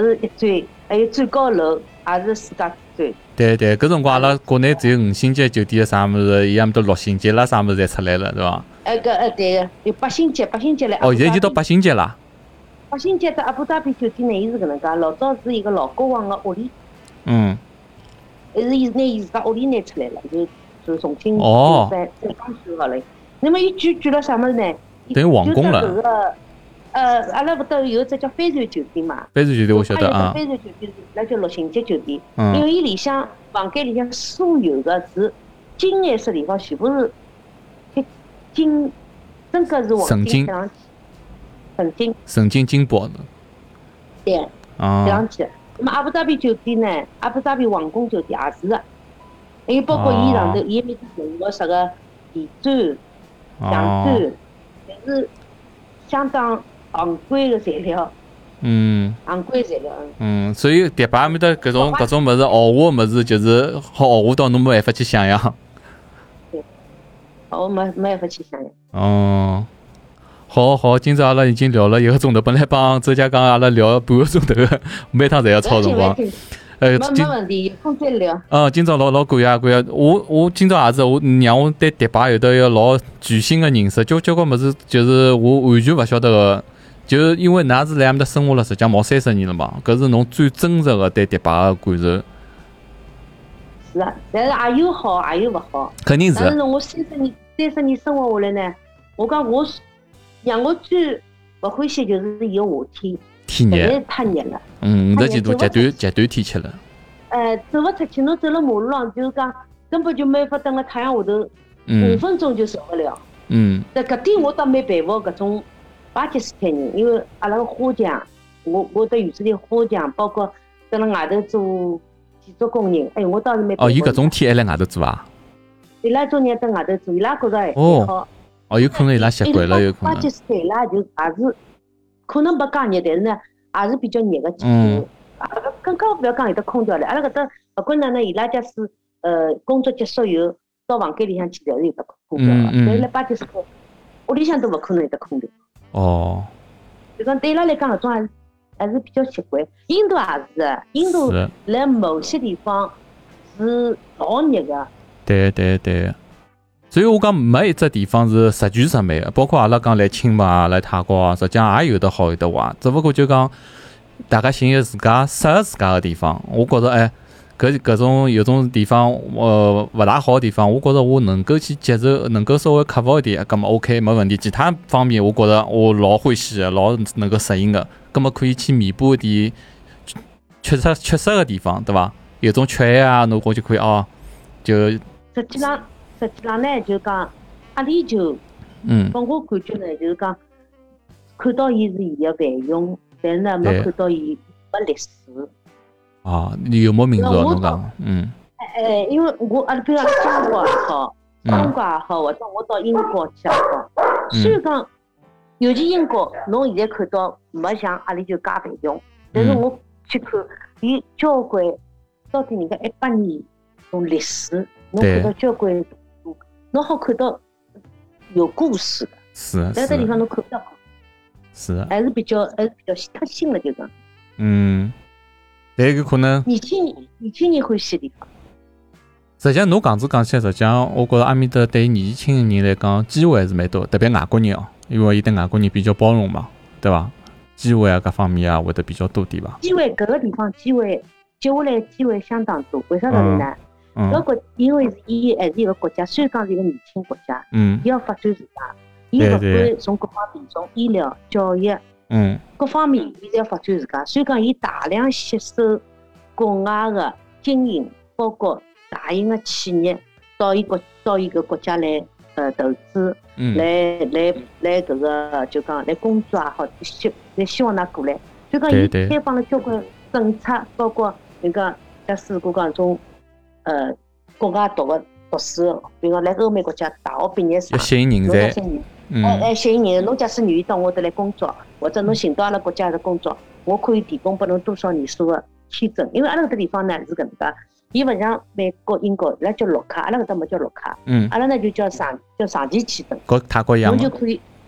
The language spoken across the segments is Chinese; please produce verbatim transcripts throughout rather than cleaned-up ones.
是一转，还有最高楼也是世界之最。 对对，搿辰光阿拉国内只有五星级酒店啥物事，伊阿么多六星级啦啥物事侪出来了，对伐？ 哎搿呃对个，有八星级，八星级来。 哦，现在已经到八星级啦。 八星级在阿布达比酒店呢，伊是搿能介，老早是一个老国王个屋里。 嗯。 还是伊拿伊自家屋里拿出来了，就就重新哦再再装修好了。那么伊举举了啥物事呢？ 等于皇宫了。 就搿个呃，阿拉搿搭有只叫飞船酒店嘛。 飞船酒店我晓得啊。 飞船酒店那叫六星级酒店， 嗯、 因为伊里向房间里向所有的是金颜色地方全部是金，真个是黄金镶上去，纯金。 纯金金箔的。 对。 啊。 镶上去。那么阿布达比酒店呢？阿布达比皇宫酒店也是的，还有包括伊上头，伊埃面搭用个啥个地砖、墙砖，侪是相当昂贵的材料。 嗯。 昂贵材料。 嗯，所以迪拜埃面搭搿种搿种物事，豪华物事就是好豪华到侬没办法去想象。 对，豪华没没办法去想象。 哦。好好，今朝阿拉已经聊了一个钟头，本来帮周家刚阿拉聊半个钟头的，每趟侪要超辰光。 呃，没没问题，有空再聊。 嗯，今朝老老感谢感谢，我我今朝也是我让我对迪拜有得一个老具性的认识，交交关物事就是我完全勿晓得个，就因为㑚是来埃面搭生活了，实际上毛三十年了嘛，搿是侬最真实的对迪拜的感受。 是啊，但是也有好，也有勿好。 肯定是。 但是我三十年三十年生活下来呢，我讲我。让我最勿欢喜就是伊个夏天， 天热， 实在太热了。 嗯，五十几度，极端极端天气了。 呃，走勿出去，侬走了马路上，就是讲根本就没法等个太阳下头，五分钟就受不了。 嗯。 但搿点我倒蛮佩服搿种巴基斯坦人，因为阿拉个花匠，我我在院子里花匠，包括蹲辣外头做建筑工人，哎，我倒是蛮佩服。 哦，伊搿种天还辣外头做啊？ 伊拉种人蹲外头做，伊拉觉着还好。 哦，有可能伊拉习惯了，有可能。 巴基斯坦伊拉就也是可能没介热，但是呢，也是比较热个气候。啊，更加不要讲有得空调了。阿拉搿搭勿管哪能，伊拉假使呃工作结束以后到房间里向去，侪是有得空调个。但是辣巴基斯坦屋里向都勿可能有得空调。 哦。 就讲对伊拉来讲，搿种还是还是比较习惯。印度也是个，印度辣某些地方是老热个。 对对对。所以我讲没一只地方是十全十美的，包括阿拉讲来清迈啊、来泰国啊，实际上也有得好有得坏，只不过就讲大家寻一个自家适合自家的地方。我觉着哎，搿搿种有种地方呃勿大好的地方，我觉着我能够去接受，能够稍微克服一点，葛么 OK 没问题。其他方面我觉着我老欢喜的，老能够适应的，葛么可以去弥补一点缺失缺失的地方，对伐？有种缺陷啊，侬我就可以哦，就实际上。实际上呢，就讲阿联酋， 嗯， 拨我感觉呢，就是讲看到伊是伊个繁荣，但是呢，没看到伊没历史。 啊，游牧民族侬讲，嗯。 哎，因为我阿拉比如讲中国也好，中国也好，或者我到英国去也好，虽然讲，尤其英国，侬现在看到没像阿联酋介繁荣，但是我去看伊交关到底人家一百年种历史，侬看到交关。侬好看到有故事的， 是， 在这地方侬看不到， 是， 还是比较还是比较特性的就讲。 嗯，但有可能年轻人年轻人欢喜的地方。 实际上，侬讲子讲起来，实际上我觉着阿面搭对年轻人来讲，机会还是蛮多，特别外国人哦，因为伊对外国人比较包容嘛，对伐？机会啊，各方面啊，会得比较多点伐？ 机会搿个地方机会接下来机会相当多，为啥道理呢？ 嗯， 搿国因为是伊还是一个国家，虽然讲是一个年轻国家， 嗯， 伊要发展自家，伊勿管从各方面，从医疗、教育， 嗯， 各方面，伊侪要发展自家。所以讲，伊大量吸收国外的精英，包括大型的企业到伊国到伊个国家来呃投资， 嗯， 来来来搿个就讲来工作也好，希来希望㑚过来。所以讲，伊开放了交关政策，包括那个假使如果讲种。呃，国外读个读书，比如讲来欧美国家大学毕业生， 要吸引人才， 嗯，哎哎，吸引人。侬假使愿意到我这来工作，或者侬寻到阿拉国家的工作，我可以提供拨侬多少年数个签证。因为阿拉搿个地方呢是搿能介，伊勿像美国、英国，伊拉叫绿卡，阿拉搿搭没叫绿卡， 嗯， 阿拉呢就叫长叫长期签证。 和泰国一样侬就可以，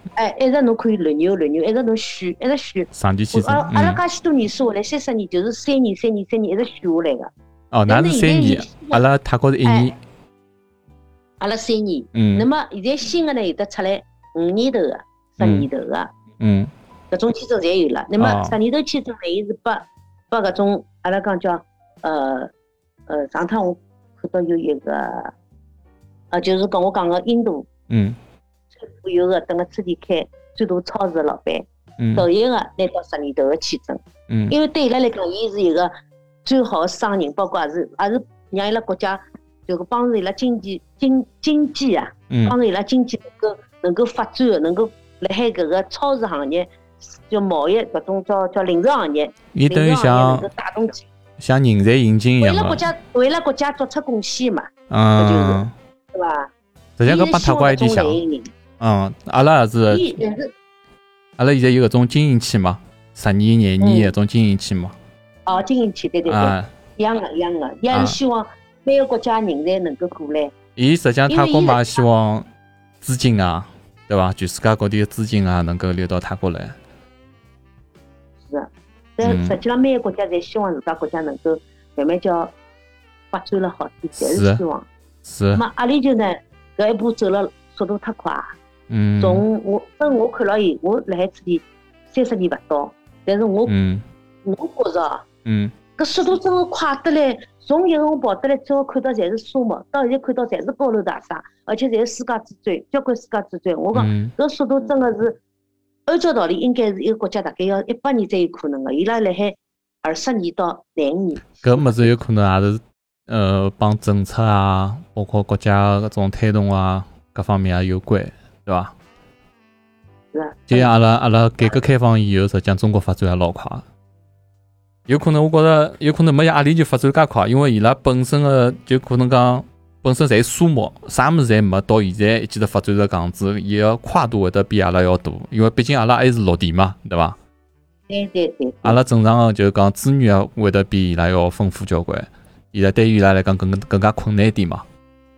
哎，一直侬可以轮流轮流，一直侬选，一直选。 上级签证。 阿拉介许多年数下来，三十年就是三年、三年、三年一直选下来个。 哦，那是三年，阿拉泰国是一年。 阿拉三年。 嗯。 那么现在新个呢，有得出来五年头个、十年头个。 嗯。 搿种签证侪有了。那么十年头签证呢，伊是拨拨搿种阿拉讲叫呃呃，上趟我看到有一个，呃，就是跟我讲个印度。 嗯。 最富有个，等个车店开最大超市个老板。 嗯。 头一个拿到十年头个签证。 嗯。 因为对伊拉来讲，伊是一个最好的商人，包括也是也是让伊拉国家就帮助伊拉经济经经济啊，帮助伊拉经济能够能够发展，能够辣海搿个超市行业，就贸易搿种叫叫零售行业， 伊等于像带动起， 像人才引进一样， 为了国家为了国家做出贡献嘛， 嗯， 就是对伐？ 实际上搿帮泰国有点像，嗯，阿拉也是，阿拉现在有搿种经营签嘛，十年、廿年搿种经营签嘛。 哦，经营签，对对对，一样个一样个，也是希望每个国家人才能够过来。 伊实际上泰国嘛，希望资金啊，对伐？全世界各地的资金啊，能够流到泰国来。 是啊，但实际上每个国家侪希望自家国家能够慢慢叫发展了好点，侪是希望。 是。 那么阿里就呢，搿一步走了速度太快。 嗯。 从我跟我看牢伊，我辣海此地三十年勿到，但是我嗯， 我觉着。 嗯， 搿速度真个快得来，从一个我跑得来，最后看到侪是沙漠，到现在看到侪是高楼大厦，而且侪是世界之最，交关世界之最。我讲搿速度真个是，按照道理应该是一个国家大概要一百年才有可能个，伊拉辣海二十年到廿五年。 搿物事有可能也是呃帮政策啊，包括国家搿种推动啊，各方面也有关，对伐？ 是啊。 就像阿拉阿拉改革开放以后，实际上中国发展也老快。有可能我觉着有可能没像阿里就发展介快，因为伊拉本身个就可能讲本身侪沙漠，啥物事侪没，到现在一记头发展成搿样子，伊个跨度会得比阿拉要大，因为毕竟阿拉还是陆地嘛，对伐？ 对对对。 阿拉正常个就是讲资源会得比伊拉要丰富交关，伊拉对于伊拉来讲更更加困难点嘛。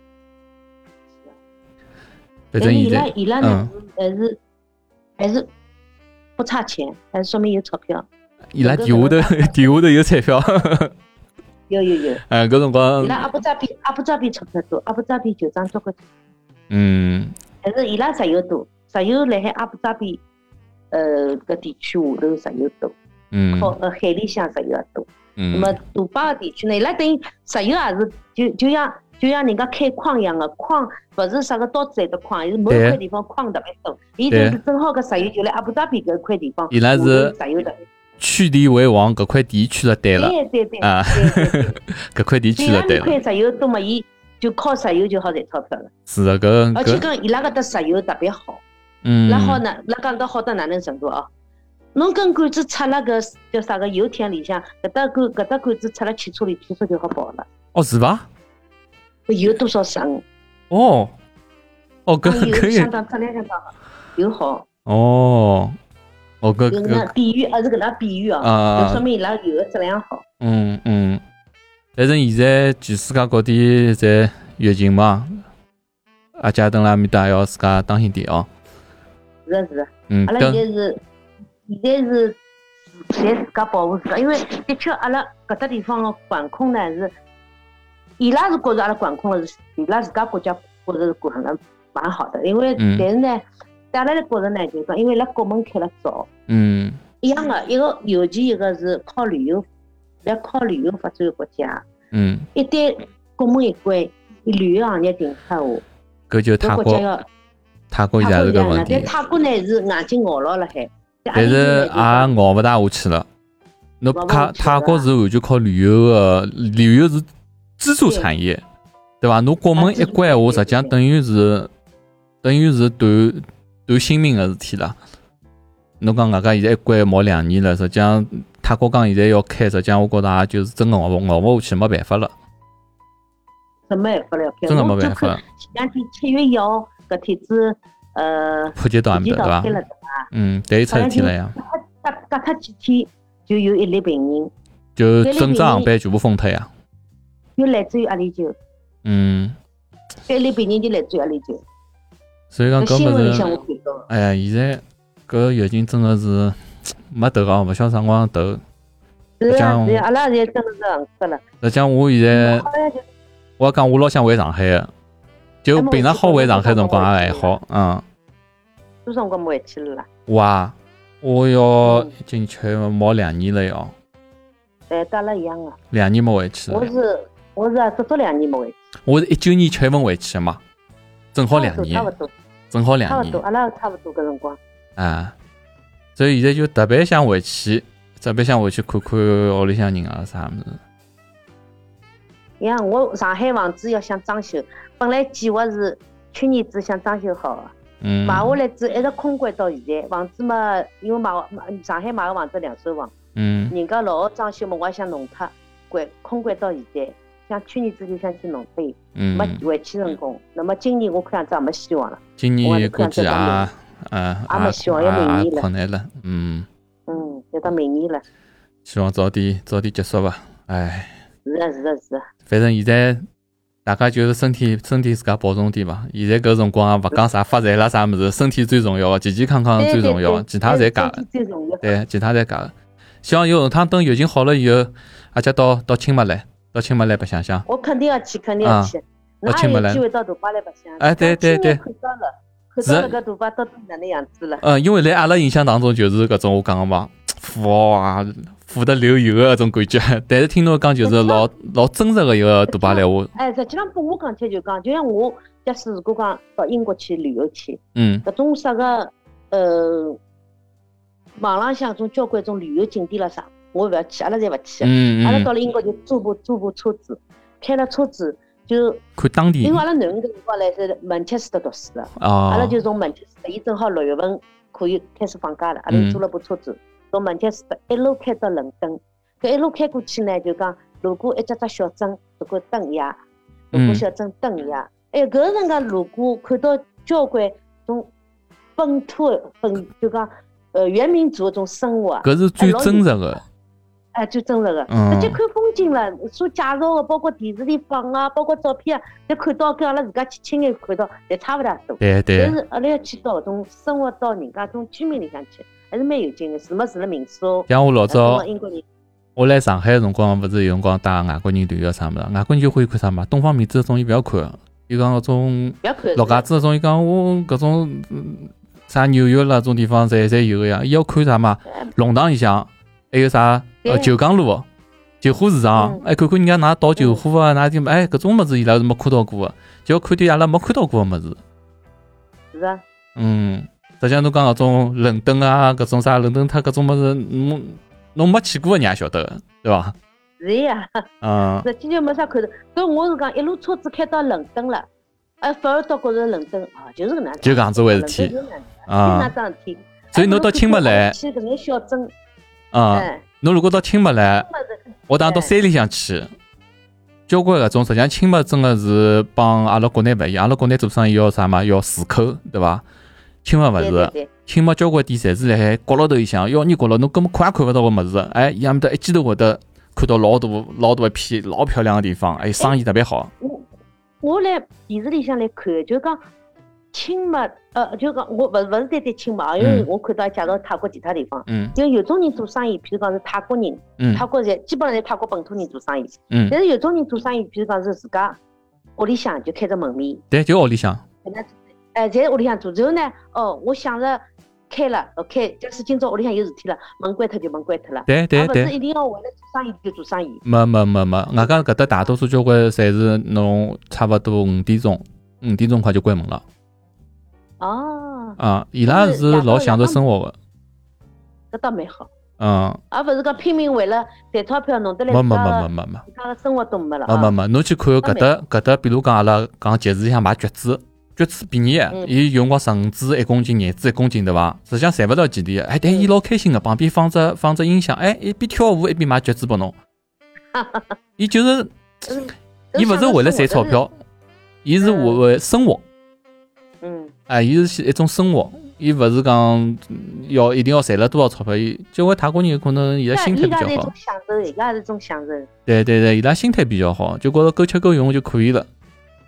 反正伊拉伊拉呢还是还是不差钱，还是说明有钞票。 伊拉地下头地下头有彩票， 有有有。 哎，搿辰光。 伊拉阿布扎比阿布扎比钞票多，阿布扎比就赚交关钱。 嗯。 但是伊拉石油多，石油辣海阿布扎比，呃，搿地区下头石油多。 嗯。 靠呃海里向石油也多。 嗯。 那么杜拜个地区呢，伊拉等于石油也是就就像就像人家开矿一样个，矿勿是啥个刀子来的矿，是某一块地方矿特别多，伊就是正好搿石油就辣阿布扎比搿块地方。 伊拉是石油的。 取地为王，搿块地取了对了。 对对对。 啊，搿块地取了对了。 伊拉块石油多嘛，伊就靠石油就好赚钞票了。 是的，搿。 而且讲伊拉搿搭石油特别好。 嗯。 那好呢，那讲到好到哪能程度啊？侬根管子插了个叫啥个油田里向，搿搭管搿搭管子插了汽车里，汽车就好跑了。 哦，是伐？ 有多少升？ 哦。哦，搿可以。 相当质量相当好，油好。 哦。哦，搿搿比喻，还是搿能比喻哦，就说明伊拉油的质量好。 嗯嗯，反正现在全世界各地在疫情嘛，阿姐等辣埃面搭要自家当心点哦。 是的，是的。 嗯。 阿拉现在是现在是侪自家保护自家，因为的确阿拉搿搭地方的管控呢是，伊拉是觉着阿拉管控了是，伊拉自家国家觉着是管了蛮好的，因为但是呢。阿拉来觉着呢，就是讲，因为伊拉国门开了早， 嗯， 一样的，一个尤其一个是靠旅游，要靠旅游发展的国家， 嗯， 一旦国门一关，旅游行业停脱下， 搿就泰国，泰国现在是个问题。 但泰国呢是硬劲熬牢辣海， 但是也熬勿大下去了。侬泰泰国是完全靠旅游的，旅游是支柱产业，对伐？侬国门一关话，实际上等于是等于是断。断性命个事体啦！侬讲外加现在一关毛两年了，实际上泰国讲现在要开，实际上我觉着也就是真个熬勿熬勿下去，没办法了。 真没办法了， 真个没办法了。 前两天七月一号搿天子，呃， 普吉岛埃面搭对伐？嗯，第一出事体了呀。 隔隔脱几天就有一例病人， 就整只航班全部封脱呀。 就来自于阿里九。 嗯。 一例病人就来自于阿里九。 所以讲搿新闻里物事， 向我看到， 哎呀，现在搿疫情真个是没头哦，勿晓得啥辰光头。 是啊讲是啊，阿拉现在真的是横死了。 实际上我现在， 好像就我讲我老想回上海个，就平常好回上海辰光也还好，嗯。 多少辰光没回去了啦？ 我啊，我要进去毛两年了要， 哎，跟阿拉一样个。 两年没回去了。 我是我是啊，足足两年没回去。 我是一九年七月份回去的嘛，正好两差年不，多， 正好两年差不多，阿拉差不多搿辰光。 啊。所以现在就特别想回去，特别想回去看看屋里向人啊啥物事。 一样，我上海房子要想装修，本来计划是去年子想装修好个。 嗯。 买下来之后一直空关到现在，房子嘛，因为买买上海买个房子两手房， 嗯。 人家老好装修嘛，我也想弄脱，关空关到现在，想去年子就想去弄脱伊， 嗯。 没回去成功。那么今年我看样子也没希望了。 今年估计也，嗯， 也没希望，要明年了。 困难了，嗯。 嗯，要到明年了。 希望早点早点结束吧，唉。 是啊是啊是啊。 反正现在大家就是身体身体自家保重点吧。现在搿辰光也勿讲啥发财啦啥物事，身体最重要个，健健康康最重要，其他侪假个。 最重要。 对，其他侪假个。希望有辰趟等疫情好了以后，阿姐到到清迈来，到清迈来白相相。 我肯定要去，肯定要去。 到清迈来。 有机会到杜拜来白相。 哎，对对对。 看到了，看到了搿杜拜到底哪能样子了。 嗯，因为在阿拉印象当中就是搿种我讲个嘛，富豪啊，富得流油个搿种感觉。但是听侬讲就是老老真实个一个杜拜来话。 哎，实际上拨我讲起就讲，就像我假使如果讲到英国去旅游去， 嗯， 搿种啥个呃，网浪向种交关种旅游景点啦啥，我勿要去，阿拉侪勿去。 嗯嗯。 阿拉到了英国就租部租部车子，开了车子就看当地。 因为阿拉囡恩搿辰光来是曼彻斯特读书的， 哦。 阿拉就从曼彻斯特，伊正好六月份可以开始放假了，阿拉租了部车子，从曼彻斯特一路开到伦敦。搿一路开过去呢，就讲路过一只只小镇，如果等一下，路过小镇等一下，哎，搿辰光路过看到交关种本土的本，就讲呃原民族的种生活啊， 搿是最真实的。 哎，最真实的，直接看风景了，所介绍的，包括电视里放啊，包括照片啊，侪看到跟阿拉自家去亲眼看到，侪差勿大多。 对对。 但是阿拉要去到搿种生活到人家种居民里向去，还是蛮有劲的。住么住了民宿。 像我老早， 英国人， 我来上海的辰光，勿是有辰光带外国人旅游啥物事，外国人就欢喜看啥嘛，东方明珠搿种伊勿要看，伊讲搿种陆家嘴搿种，伊讲我搿种啥纽约啦种地方侪侪有个呀，伊要看啥嘛，弄堂里向还有啥呃九江路。旧货市场，哎，看看人家拿倒旧货啊，拿点哎，搿种物事伊拉是没看到过个，就要看点阿拉没看到过个物事。 是啊。 嗯，实际上侬讲搿种伦敦啊，搿种啥伦敦塔搿种物事，侬侬没去过个，你也晓得个，对伐？ 是呀。嗯。实际就没啥看头，搿我是讲一路车子开到伦敦了，哎，反而倒觉着伦敦啊，就是搿能样。 就搿样子回事体。 啊。就搿桩事体。 所以侬到清迈来。 去搿眼小镇。 啊。侬如果到清迈来，我当到山里向去，交关搿种，实际上清迈真个是帮阿拉国内勿一样。阿拉国内做生意要啥嘛？要市口，对伐？清迈勿是，清迈交关店侪是辣海角落头里向，要你角落，侬根本看也看勿到个物事。哎，伊埃面搭一记头会得看到老大老大一片老漂亮个地方，哎，生意特别好。 我我来电视里向来看，就讲清迈，呃，就讲我勿勿是单单清迈，因为我看到介绍泰国其他地方， 嗯， 因为有种人做生意，譬如讲是泰国人， 嗯， 泰国人基本上是泰国本土人做生意， 嗯， 但是有种人做生意，譬如讲是自家屋里向就开着门面， 对，就屋里向， 哎，在屋里向做，然后呢，哦，我想着开了，哦开，假使今朝屋里向有事体了，门关脱就门关脱了， 对对对， 勿是一定要为了做生意就做生意， 没没没没，外加搿搭大多数交关侪是侬差勿多五点钟，五点钟快就关门了。 哦， 啊，伊拉是老享受生活的， 搿倒蛮好。 嗯， 而勿是讲拼命为了赚钞票弄得来没没没没没没， 自家个生活都没了。 没没没，侬去看搿搭搿搭，比如讲阿拉讲集市里向买橘子，橘子便宜，伊有辰光橙子一公斤，叶子一公斤，对伐？实际上赚勿到几钿，哎，但伊老开心个，旁边放只放只音响，哎，一边跳舞一边买橘子拨侬。伊就是，伊勿是为了赚钞票，伊是为为生活。 嗯。 哎，伊是一种生活，伊勿是讲要一定要赚了多少钞票。伊交关泰国人可能伊拉心态比较好。 伊拉是一种享受，伊拉是一种享受。 对对对，伊拉心态比较好，就觉着够吃够用就可以了。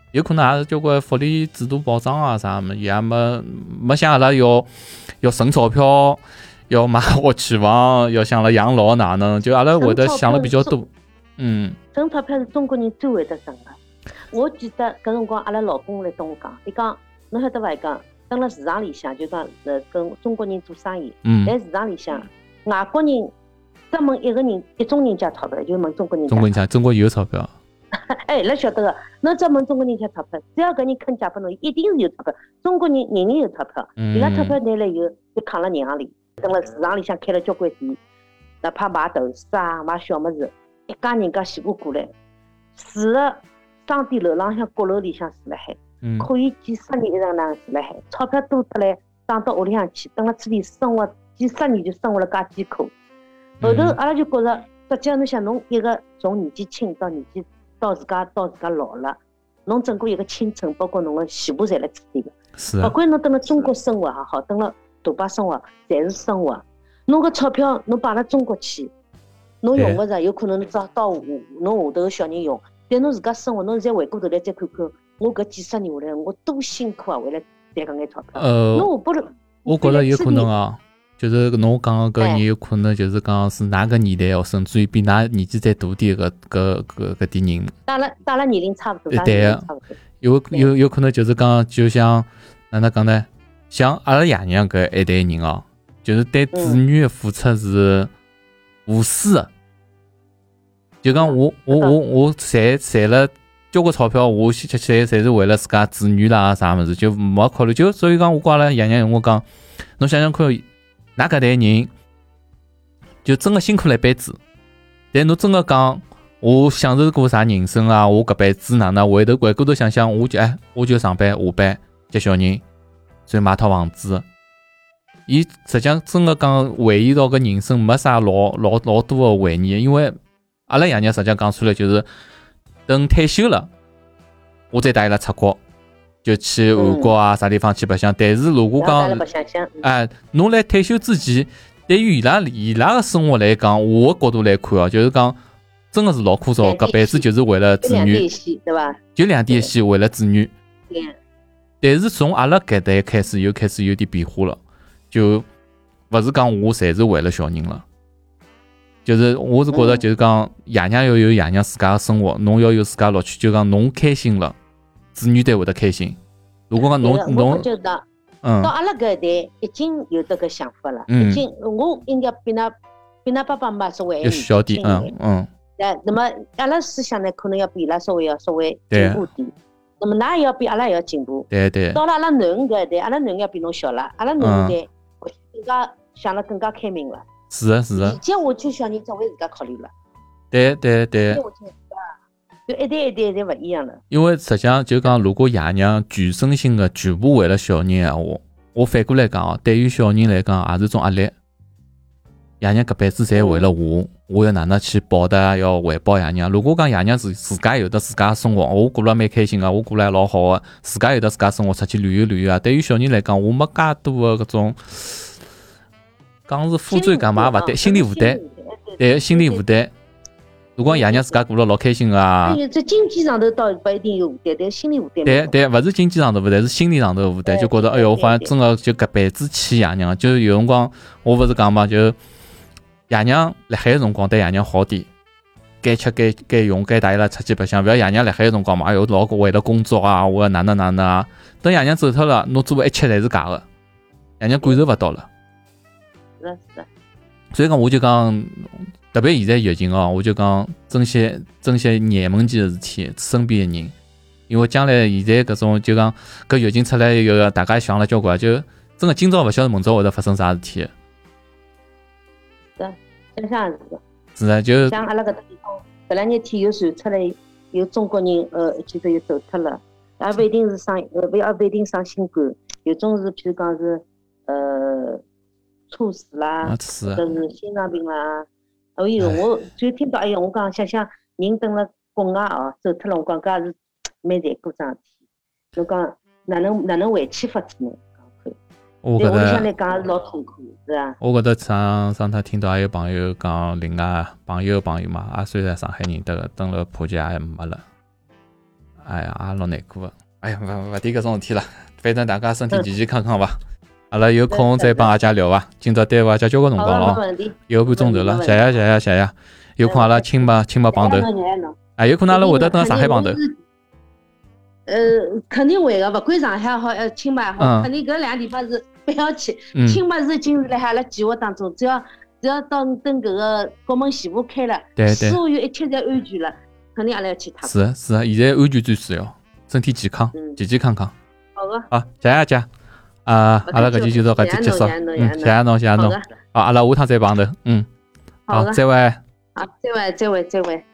有可能也是交关福利制度保障啊啥么，也没没像阿拉要要省钞票，要买活期房，要想了养老哪能，就阿拉会得想了比较多。嗯， 省钞票是中国人最会得省的。我记得搿辰光阿拉老公来跟我讲，伊讲侬晓得伐？伊讲蹲辣市场里向就讲呃跟中国人做生意， 嗯， 在市场里向外国人专门一个人一种人家钞票，就问中国人家。 中国人家中国有钞票。 哎，那晓得个，侬只问中国人家钞票，只要搿人肯借拨侬，一定是有钞票。中国人人人有钞票，伊拉钞票拿来以后就扛辣银行里，蹲辣市场里向开了交关店，哪怕买豆豉啊、买小物事，一家人家全部过来，住了商店楼浪向角落里向住辣海，可以几十年一直那样住辣海，钞票多得来涨到屋里向去，蹲辣厝里生活几十年就生活了介艰苦。后头阿拉就觉着，实际上侬想，侬一个从年纪轻到年纪。到自家到自家老了，侬整个一个青春，包括侬个全部侪辣处理个。 是。 不管侬蹲辣中国生活也好，蹲辣杜拜生活，侪是生活。侬个钞票侬摆辣中国去，侬用勿着，有可能找到侬下头个小人用。但侬自家生活，侬再回过头来再看看，我搿几十年下来，我多辛苦啊，为了赚搿眼钞票。 呃， 侬下不了。 我觉着有可能啊。就是侬讲个搿人有可能就是讲是哪个年代哦，甚至于比㑚年纪再大点个搿搿搿点人， 大了大了年龄差不多， 对个，有有有可能就是讲，就像哪能讲呢？像阿拉爷娘搿一代人哦，就是对子女的付出是无私的。就讲我我我我赚赚了交关钞票，我去赚侪是为了自家子女啦啥物事，就没考虑。就所以讲，我跟阿拉爷娘我讲，侬想想看。那搿代人就真的辛苦了一辈子，但侬真的讲我享受过啥人生啊？我搿辈子哪能回头回过头想想，我就哎我就上班下班接小人，所以买套房子。伊实际上真的讲回忆到搿人生没啥老老老多的回忆，因为阿拉爷娘实际上讲出来就是等退休了，我再带伊拉出国。就去韩国啊，啥地方去白相？但是如果讲，哎，侬来退休之前，对于伊拉伊拉个生活来讲，我个角度来看哦，就是讲真的是老枯燥，搿辈子就是为了子女， 对伐？ 就两点一线为了子女。 对。 但是从阿拉搿代开始，又开始有点变化了，就勿是讲我侪是为了小人了，就是我是觉得就是讲爷娘要有爷娘自家个生活，侬要有自家乐趣，就讲侬开心了。子女才会得开心。如果讲侬侬， 嗯，到阿拉搿一代已经有这个想法了，已经我应该比㑚比㑚爸爸妈妈稍微要小点，嗯嗯。 哎，那么阿拉思想呢，可能要比伊拉稍微要稍微进步点。那么㑚也要比阿拉也要进步。 对对。 到了阿拉囡搿一代，阿拉囡要比侬小了，阿拉囡一代更加想了更加开明了。 是的，是的。 以前我就小人只为自家考虑了。 对对对。 就一代一代侪勿一样了。 因为实际上就讲，如果爷娘全身心的全部为了小人闲话，我反过来讲哦，对于小人来讲也是种压力。爷娘搿辈子侪为了我，我要哪能去报答，要回报爷娘。如果讲爷娘自自家有的自家生活，我过了蛮开心个，我过来老好个，自家有的自家生活，出去旅游旅游啊。对于小人来讲，我没介多的搿种，讲是负罪感嘛，勿对，心理负担，对，心理负担。如果爷娘自家过了老开心啊， 在经济上头倒不一定有负担，但心理负担。 对对，勿是经济上头负担，是心理上头负担，就觉得哎哟，好像真的就搿辈子欠爷娘。就有辰光我勿是讲嘛，就爷娘辣海个辰光对爷娘好点，该吃该该用该带伊拉出去白相，勿要爷娘辣海个辰光嘛，哎哟老为了工作啊，我要哪能哪能啊。等爷娘走脱了，侬做一切侪是假个，爷娘感受勿到了。 是的，是的。 所以讲，我就讲。特别现在疫情哦，我就讲珍惜珍惜眼门前的事体，身边的人，因为将来现在搿种就讲搿疫情出来以后，大家想了交关，就真的今朝勿晓得明朝会得发生啥事体。 是，想想是的。 是啊，就像阿拉搿搭地方，搿两日天又传出来有中国人呃，记得又走脱了，也勿一定是生呃，勿也勿一定生新冠，有种是譬如讲是呃猝死啦，或者是心脏病啦。哎呦，我就听到哎呀，我讲想想人蹲辣国外哦，走脱了，我讲搿也是蛮残酷桩事体。侬讲哪能哪能回去法子呢？讲看，对屋里向来讲也是老痛苦，是伐？ 我搿搭上上趟听到还有朋友讲，另外朋友朋友嘛，也虽然上海人，迭个蹲辣普吉也没了， 哎呀，老难过个。哎呀，勿勿提搿种事体了，反正大家身体健健康康伐。阿拉有空再帮阿姐聊伐。今朝耽误阿姐交关辰光了，一个半钟头了，谢谢谢谢谢谢。有空阿拉亲妈亲妈碰头。哎，有可能阿拉会得等上海碰头。 呃，肯定会个，勿管上海好，呃，清迈好，肯定搿两个地方是不要去。清迈是已经是辣海阿拉计划当中，只要只要到等搿个国门前部开了， 对对， 所有一切侪安全了，肯定阿拉要去趟。 是是啊，现在安全最主要，身体健康，健健康康。 好个。 好，谢谢阿姐。啊，阿拉搿期就到搿期结束。嗯，谢谢侬，谢谢侬。好，阿拉下趟再碰头。嗯，好，再会。 好，再会，再会，再会。